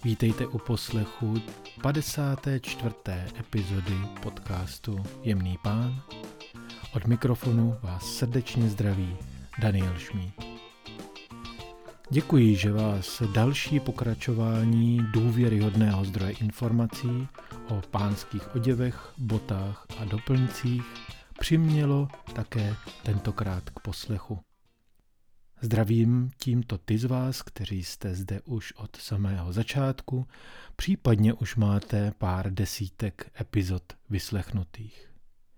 Vítejte u poslechu 54. epizody podcastu Jemný pán. Od mikrofonu vás srdečně zdraví Daniel Šmíd. Děkuji, že vás další pokračování důvěryhodného zdroje informací o pánských oděvech, botách a doplňcích přimělo také tentokrát k poslechu. Zdravím tímto ty z vás, kteří jste zde už od samého začátku, případně už máte pár desítek epizod vyslechnutých.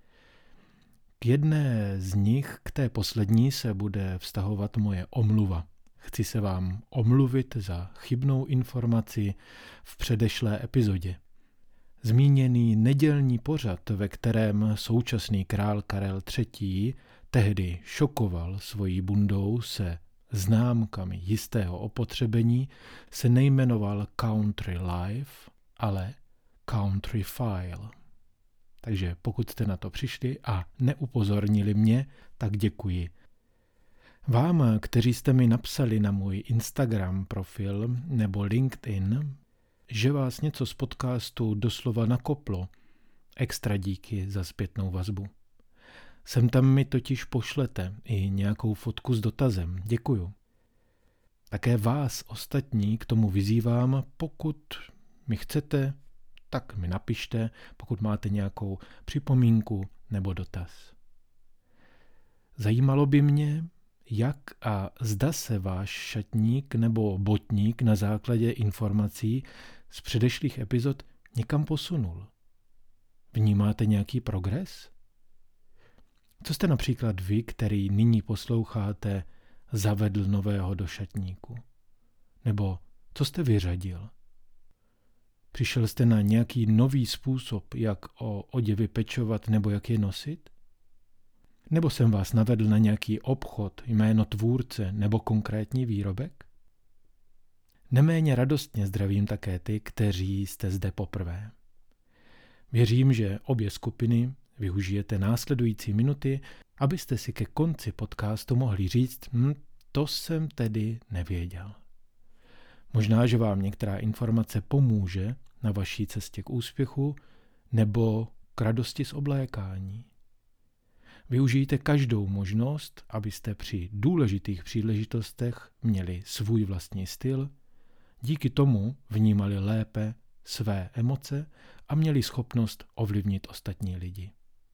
K jedné z nich, k té poslední, se bude vztahovat moje omluva. Chci se vám omluvit za chybnou informaci v předešlé epizodě. Zmíněný nedělní pořad, ve kterém současný král Karel III. Tehdy šokoval svojí bundou se známkami jistého opotřebení, se nejmenoval Country Life, ale Country File. Takže pokud jste na to přišli a neupozornili mě, tak děkuji. Vám, kteří jste mi napsali na můj Instagram profil nebo LinkedIn, že vás něco z podcastu doslova nakoplo, extra díky za zpětnou vazbu. Sem tam mi totiž pošlete i nějakou fotku s dotazem. Děkuju. Také vás ostatní k tomu vyzývám, pokud mi chcete, tak mi napište, pokud máte nějakou připomínku nebo dotaz. Zajímalo by mě, jak a zda se váš šatník nebo botník na základě informací z předešlých epizod někam posunul. Vnímáte nějaký progres? Co jste například vy, který nyní posloucháte, zavedl nového do šatníku? Nebo co jste vyřadil? Přišel jste na nějaký nový způsob, jak o oděvy pečovat nebo jak je nosit? Nebo jsem vás navedl na nějaký obchod, jméno tvůrce nebo konkrétní výrobek? Neméně radostně zdravím také ty, kteří jste zde poprvé. Věřím, že obě skupiny využijete následující minuty, abyste si ke konci podcastu mohli říct, to jsem tedy nevěděl. Možná, že vám některá informace pomůže na vaší cestě k úspěchu nebo k radosti z oblékání. Využijte každou možnost, abyste při důležitých příležitostech měli svůj vlastní styl, díky tomu vnímali lépe své emoce a měli schopnost ovlivnit ostatní lidi.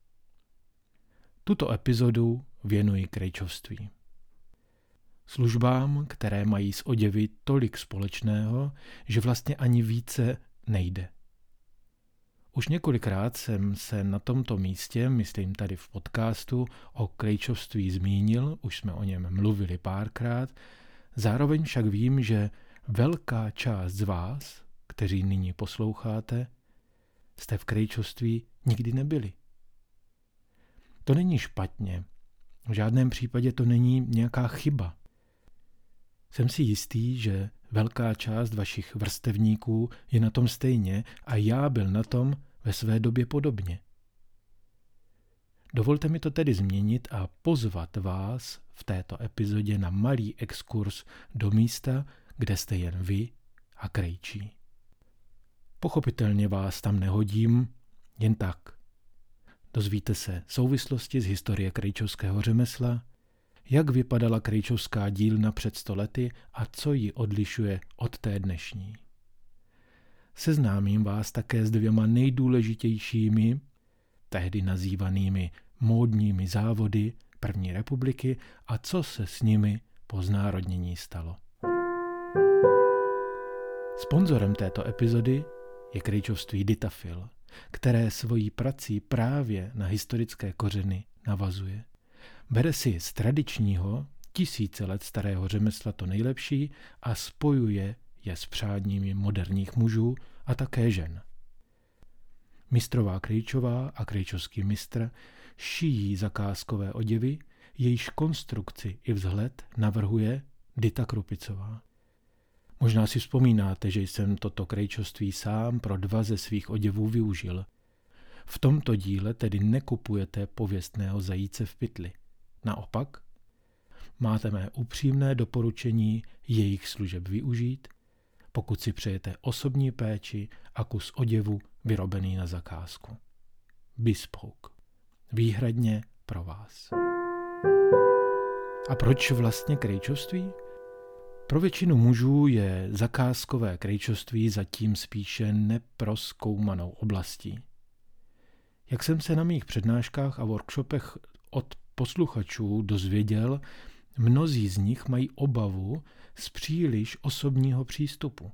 Tuto epizodu věnuji krejčovství. Službám, které mají s oděvy tolik společného, že vlastně ani více nejde. Už několikrát jsem se na tomto místě, myslím tady v podcastu, o krejčovství zmínil, už jsme o něm mluvili párkrát, zároveň však vím, že velká část z vás, kteří nyní posloucháte, jste v krejčovství nikdy nebyli. To není špatně, v žádném případě to není nějaká chyba. Jsem si jistý, že velká část vašich vrstevníků je na tom stejně a já byl na tom ve své době podobně. Dovolte mi to tedy změnit a pozvat vás v této epizodě na malý exkurs do místa, kde jste jen vy a krejčí. Pochopitelně vás tam nehodím jen tak. Dozvíte se souvislosti z historie krejčovského řemesla, jak vypadala krejčovská dílna před 100 lety a co ji odlišuje od té dnešní. Seznámím vás také s 2 nejdůležitějšími, tehdy nazývanými módními závody první republiky a co se s nimi po znárodnění stalo. Sponzorem této epizody je krejčovství Ditafil, které svojí prací právě na historické kořeny navazuje. Bere si z tradičního, 1000 let starého řemesla to nejlepší a spojuje je s přáními moderních mužů a také žen. Mistrová Krejčová a krejčovský mistr šijí zakázkové oděvy, jejíž konstrukci i vzhled navrhuje Dita Krupicová. Možná si vzpomínáte, že jsem toto krejčovství sám pro 2 ze svých oděvů využil. V tomto díle tedy nekupujete pověstného zajíce v pytli. Naopak, máte mé upřímné doporučení jejich služeb využít, pokud si přejete osobní péči a kus oděvu vyrobený na zakázku. Bespoke. Výhradně pro vás. A proč vlastně krejčovství? Pro většinu mužů je zakázkové krejčovství zatím spíše neprozkoumanou oblastí. Jak jsem se na mých přednáškách a workshopech od posluchačů dozvěděl, mnozí z nich mají obavu z příliš osobního přístupu.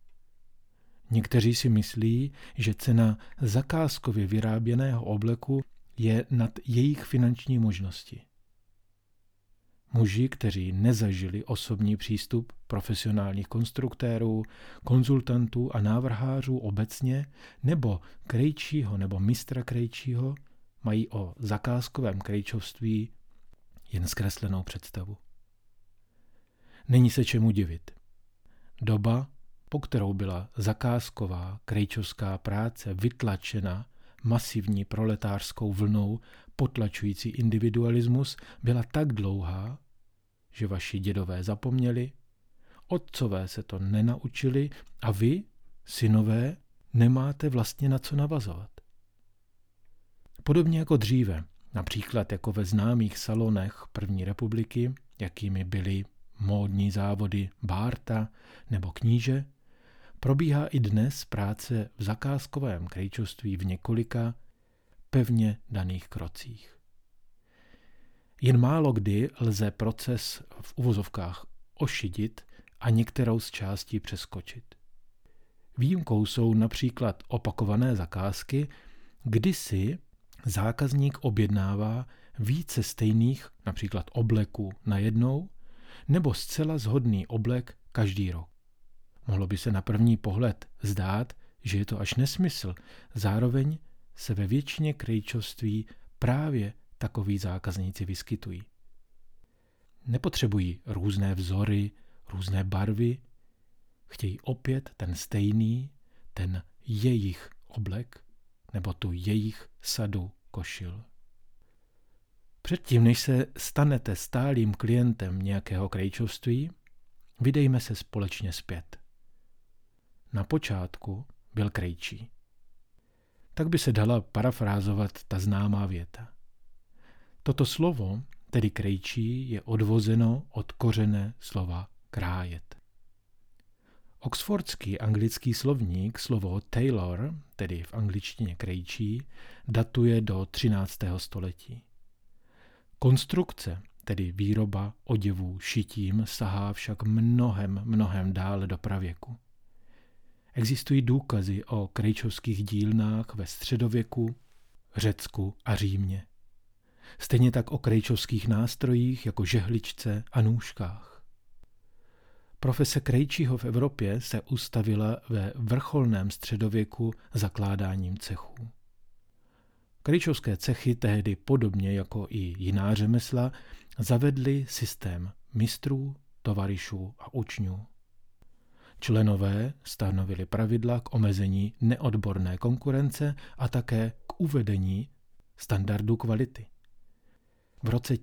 Někteří si myslí, že cena zakázkově vyráběného obleku je nad jejich finanční možnosti. Muži, kteří nezažili osobní přístup profesionálních konstruktérů, konzultantů a návrhářů obecně, nebo krejčího nebo mistra krejčího, mají o zakázkovém krejčovství jen zkreslenou představu. Není se čemu divit. Doba, po kterou byla zakázková krejčovská práce vytlačena masivní proletářskou vlnou potlačující individualismus, byla tak dlouhá, že vaši dědové zapomněli, otcové se to nenaučili a vy, synové, nemáte vlastně na co navazovat. Podobně jako dříve, například jako ve známých salonech první republiky, jakými byly módní závody Bárta nebo Kníže, probíhá i dnes práce v zakázkovém krejčovství v několika pevně daných krocích. Jen málo kdy lze proces v uvozovkách ošidit a některou z částí přeskočit. Výjimkou jsou například opakované zakázky, kdy si zákazník objednává více stejných, například obleků najednou, nebo zcela shodný oblek každý rok. Mohlo by se na první pohled zdát, že je to až nesmysl, zároveň se ve většině krejčovství právě takoví zákazníci vyskytují. Nepotřebují různé vzory, různé barvy, chtějí opět ten stejný, ten jejich oblek nebo tu jejich sadu košil. Předtím, než se stanete stálým klientem nějakého krejčovství, vydejme se společně zpět. Na počátku byl krejčí. Tak by se dala parafrázovat ta známá věta. Toto slovo, tedy krejčí, je odvozeno od kořene slova krájet. Oxfordský anglický slovník slovo tailor, tedy v angličtině krejčí, datuje do 13. století. Konstrukce, tedy výroba oděvů šitím, sahá však mnohem dále do pravěku. Existují důkazy o krejčovských dílnách ve středověku, Řecku a Římě. Stejně tak o krejčovských nástrojích jako žehličce a nůžkách. Profese krejčího v Evropě se ustavila ve vrcholném středověku zakládáním cechů. Krejčovské cechy tehdy podobně jako i jiná řemesla zavedly systém mistrů, tovaryšů a učňů. Členové stanovili pravidla k omezení neodborné konkurence a také k uvedení standardu kvality. V roce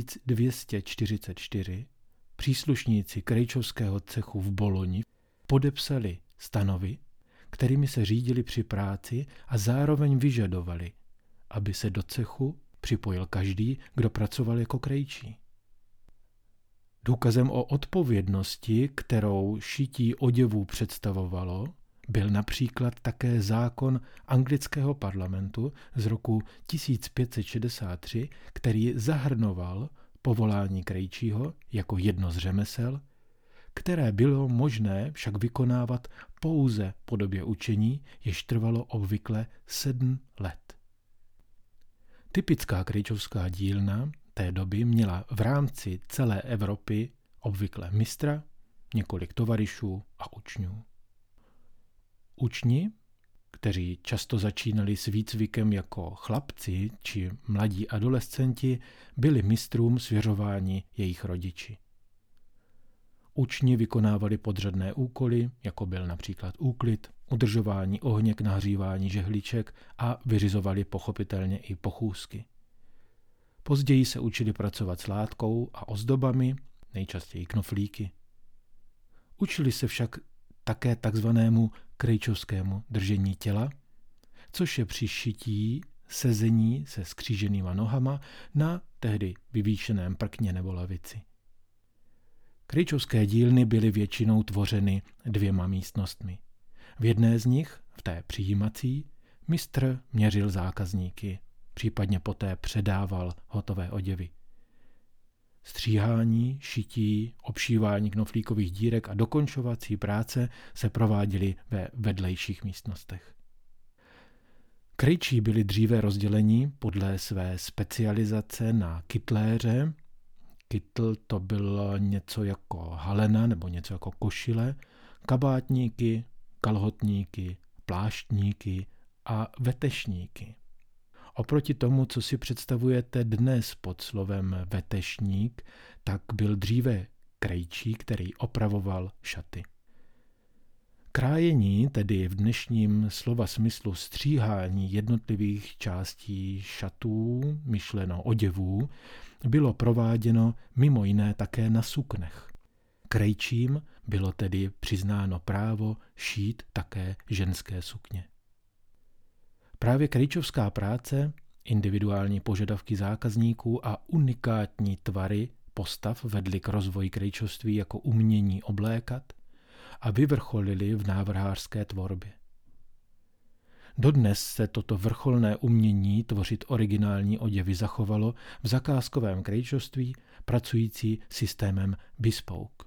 1244 příslušníci krejčovského cechu v Boloni podepsali stanovy, kterými se řídili při práci a zároveň vyžadovali, aby se do cechu připojil každý, kdo pracoval jako krejčí. Důkazem o odpovědnosti, kterou šití oděvů představovalo, byl například také zákon anglického parlamentu z roku 1563, který zahrnoval povolání krejčího jako jedno z řemesel, které bylo možné však vykonávat pouze po době učení, jež trvalo obvykle 7 let. Typická krejčovská dílna té doby měla v rámci celé Evropy obvykle mistra, několik tovaryšů a učňů. Učni, kteří často začínali s výcvikem jako chlapci či mladí adolescenti, byli mistrům svěřováni jejich rodiči. Učni vykonávali podřadné úkoly, jako byl například úklid, udržování ohně k nahřívání žehliček a vyřizovali pochopitelně i pochůzky. Později se učili pracovat s látkou a ozdobami, nejčastěji knoflíky. Učili se však také takzvanému krejčovskému držení těla, což je při šití sezení se skříženýma nohama na tehdy vyvýšeném prkně nebo lavici. Krejčovské dílny byly většinou tvořeny 2 místnostmi. V jedné z nich, v té přijímací, mistr měřil zákazníky, případně poté předával hotové oděvy. Stříhání, šití, obšívání knoflíkových dírek a dokončovací práce se prováděly ve vedlejších místnostech. Krejčí byli dříve rozděleni podle své specializace na kytléře. Kytl to bylo něco jako halena nebo něco jako košile, kabátníky, kalhotníky, pláštníky a vetešníky. Oproti tomu, co si představujete dnes pod slovem vetešník, tak byl dříve krejčí, který opravoval šaty. Krájení, tedy v dnešním slova smyslu stříhání jednotlivých částí šatů, myšleno oděvů, bylo prováděno mimo jiné také na suknech. Krejčím bylo tedy přiznáno právo šít také ženské sukně. Právě krejčovská práce, individuální požadavky zákazníků a unikátní tvary postav vedly k rozvoji krejčovství jako umění oblékat a vyvrcholily v návrhářské tvorbě. Dodnes se toto vrcholné umění tvořit originální oděvy zachovalo v zakázkovém krejčovství pracující systémem bespoke.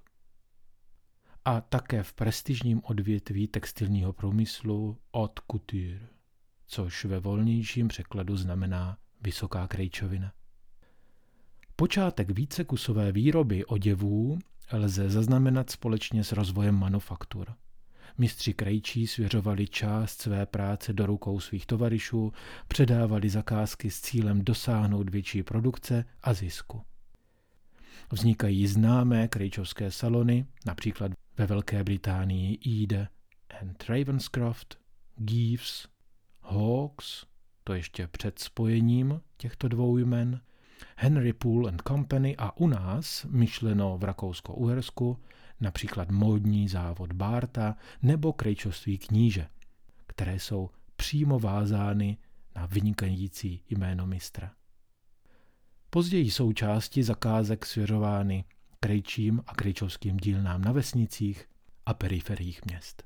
A také v prestižním odvětví textilního průmyslu haute couture, což ve volnějším překladu znamená vysoká krejčovina. Počátek vícekusové výroby oděvů lze zaznamenat společně s rozvojem manufaktur. Mistři krejčí svěřovali část své práce do rukou svých tovaryšů, předávali zakázky s cílem dosáhnout větší produkce a zisku. Vznikají známé krejčovské salony, například ve Velké Británii Ede and Ravenscroft, Gives, Hawkes, to ještě před spojením těchto 2 jmen, Henry Poole and Company a u nás, myšleno v Rakousko-Uhersku, například módní závod Barta nebo krejčovství Kníže, které jsou přímo vázány na vynikající jméno mistra. Později jsou části zakázek svěřovány krejčím a krejčovským dílnám na vesnicích a periferiích měst.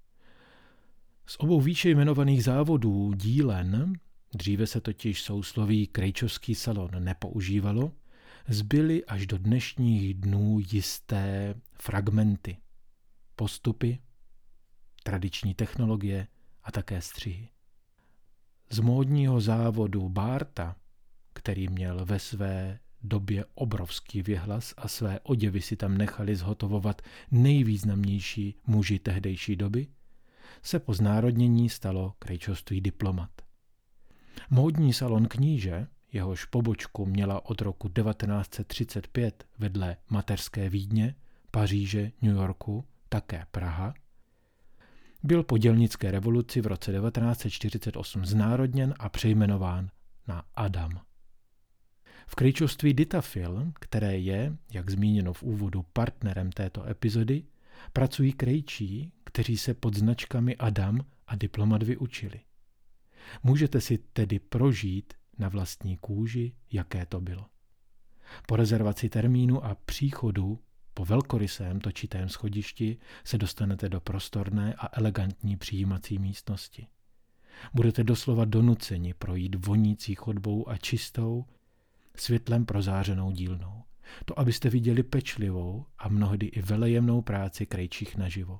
Z obou výše jmenovaných závodů dílen, dříve se totiž sousloví krejčovský salon nepoužívalo, zbyly až do dnešních dnů jisté fragmenty, postupy, tradiční technologie a také střihy. Z módního závodu Barta, který měl ve své době obrovský věhlas a své oděvy si tam nechali zhotovovat nejvýznamnější muži tehdejší doby, se po znárodnění stalo krejčovství Diplomat. Módní salon Kníže, jehož pobočku měla od roku 1935 vedle mateřské Vídně, Paříže, New Yorku, také Praha, byl po dělnické revoluci v roce 1948 znárodněn a přejmenován na Adam. V krejčovství Ditafil, které je, jak zmíněno v úvodu, partnerem této epizody, pracují krejčí, kteří se pod značkami Adam a Diplomat vyučili. Můžete si tedy prožít na vlastní kůži, jaké to bylo. Po rezervaci termínu a příchodu po velkorysém točitém schodišti se dostanete do prostorné a elegantní přijímací místnosti. Budete doslova donuceni projít vonící chodbou a čistou, světlem prozářenou dílnou. To, abyste viděli pečlivou a mnohdy i velejemnou práci krejčích naživo.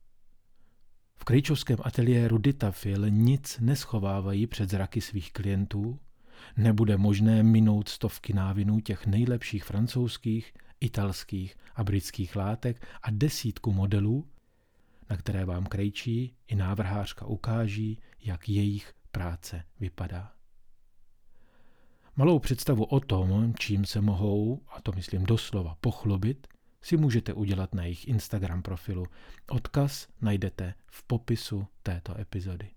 V krejčovském ateliéru Ditafil nic neschovávají před zraky svých klientů, nebude možné minout stovky návinů těch nejlepších francouzských, italských a britských látek a desítku modelů, na které vám krejčí i návrhářka ukáží, jak jejich práce vypadá. Malou představu o tom, čím se mohou, a to myslím doslova, pochlubit, si můžete udělat na jejich Instagram profilu. Odkaz najdete v popisu této epizody.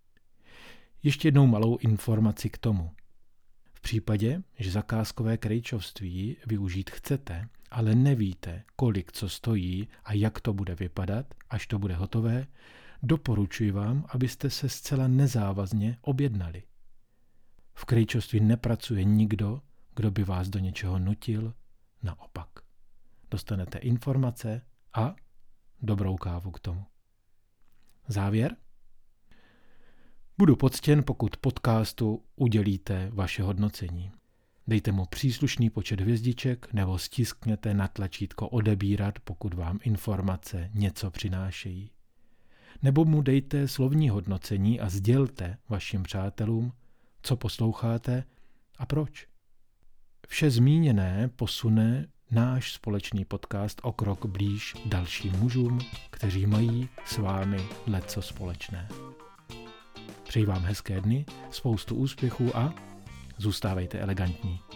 Ještě jednou malou informaci k tomu. V případě, že zakázkové krejčovství využít chcete ale nevíte, kolik co stojí a jak to bude vypadat, až to bude hotové, doporučuji vám, abyste se zcela nezávazně objednali. V krejčoství nepracuje nikdo, kdo by vás do něčeho nutil, naopak. Dostanete informace a dobrou kávu k tomu. Závěr? Budu poctěn, pokud podcastu udělíte vaše hodnocení. Dejte mu příslušný počet hvězdiček nebo stiskněte na tlačítko odebírat, pokud vám informace něco přinášejí. Nebo mu dejte slovní hodnocení a sdělte vašim přátelům, co posloucháte a proč. Vše zmíněné posune náš společný podcast o krok blíž dalším mužům, kteří mají s vámi leco společné. Přeji vám hezké dny, spoustu úspěchů a zůstávejte elegantní.